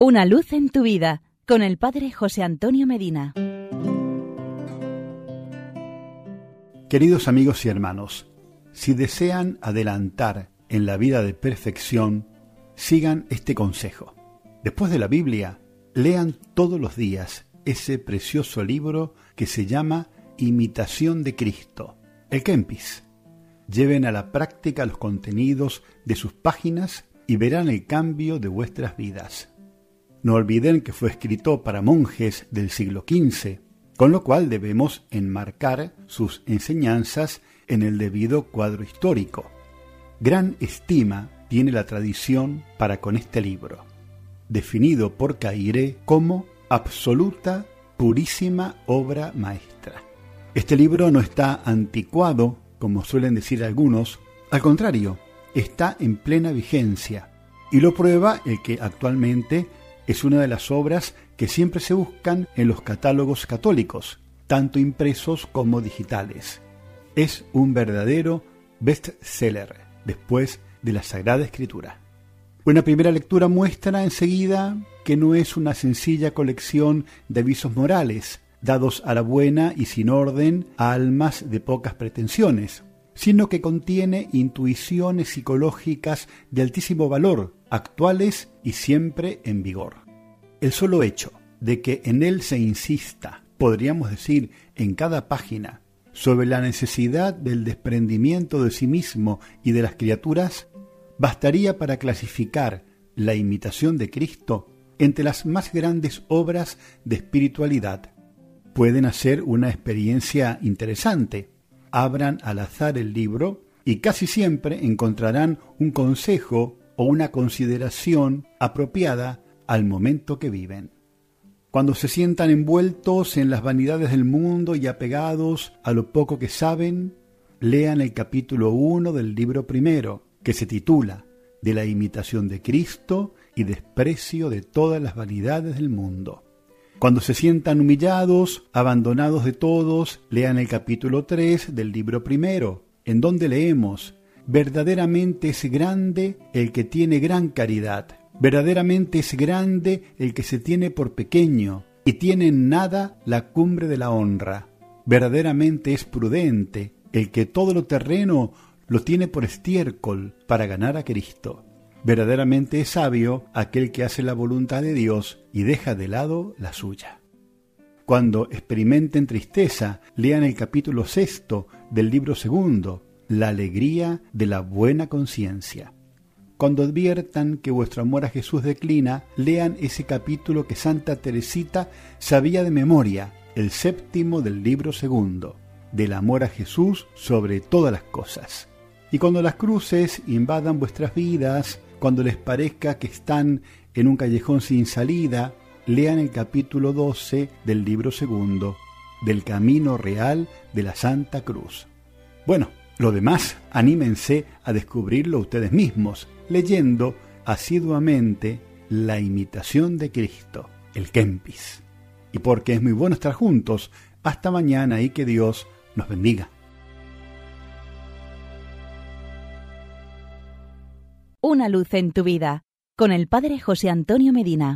Una luz en tu vida, con el Padre José Antonio Medina. Queridos amigos y hermanos, si desean adelantar en la vida de perfección, sigan este consejo. Después de la Biblia, lean todos los días ese precioso libro que se llama Imitación de Cristo, el Kempis. Lleven a la práctica los contenidos de sus páginas y verán el cambio de vuestras vidas. No olviden que fue escrito para monjes del siglo XV, con lo cual debemos enmarcar sus enseñanzas en el debido cuadro histórico. Gran estima tiene la tradición para con este libro, definido por Cairé como absoluta, purísima obra maestra. Este libro no está anticuado, como suelen decir algunos, al contrario, está en plena vigencia, y lo prueba el que actualmente es una de las obras que siempre se buscan en los catálogos católicos, tanto impresos como digitales. Es un verdadero bestseller después de la Sagrada Escritura. Una primera lectura muestra enseguida que no es una sencilla colección de avisos morales, dados a la buena y sin orden a almas de pocas pretensiones, sino que contiene intuiciones psicológicas de altísimo valor, actuales y siempre en vigor. El solo hecho de que en él se insista, podríamos decir en cada página, sobre la necesidad del desprendimiento de sí mismo y de las criaturas, bastaría para clasificar la imitación de Cristo entre las más grandes obras de espiritualidad. Pueden hacer una experiencia interesante. Abran al azar el libro y casi siempre encontrarán un consejo o una consideración apropiada al momento que viven. Cuando se sientan envueltos en las vanidades del mundo y apegados a lo poco que saben, lean el capítulo 1 del libro primero, que se titula De la imitación de Cristo y desprecio de todas las vanidades del mundo. Cuando se sientan humillados, abandonados de todos, lean el capítulo 3 del libro primero, en donde leemos: verdaderamente es grande el que tiene gran caridad, verdaderamente es grande el que se tiene por pequeño, y tiene en nada la cumbre de la honra. Verdaderamente es prudente el que todo lo terreno lo tiene por estiércol para ganar a Cristo. Verdaderamente es sabio aquel que hace la voluntad de Dios y deja de lado la suya. Cuando experimenten tristeza, lean el capítulo 6 del libro 2, La alegría de la buena conciencia. Cuando adviertan que vuestro amor a Jesús declina, lean ese capítulo que Santa Teresita sabía de memoria, el 7 del libro 2, del amor a Jesús sobre todas las cosas. Y cuando las cruces invadan vuestras vidas, cuando les parezca que están en un callejón sin salida, lean el capítulo 12 del libro 2, del camino real de la Santa Cruz. Bueno, lo demás, anímense a descubrirlo ustedes mismos, leyendo asiduamente La imitación de Cristo, el Kempis. Y porque es muy bueno estar juntos, hasta mañana y que Dios nos bendiga. Una luz en tu vida, con el Padre José Antonio Medina.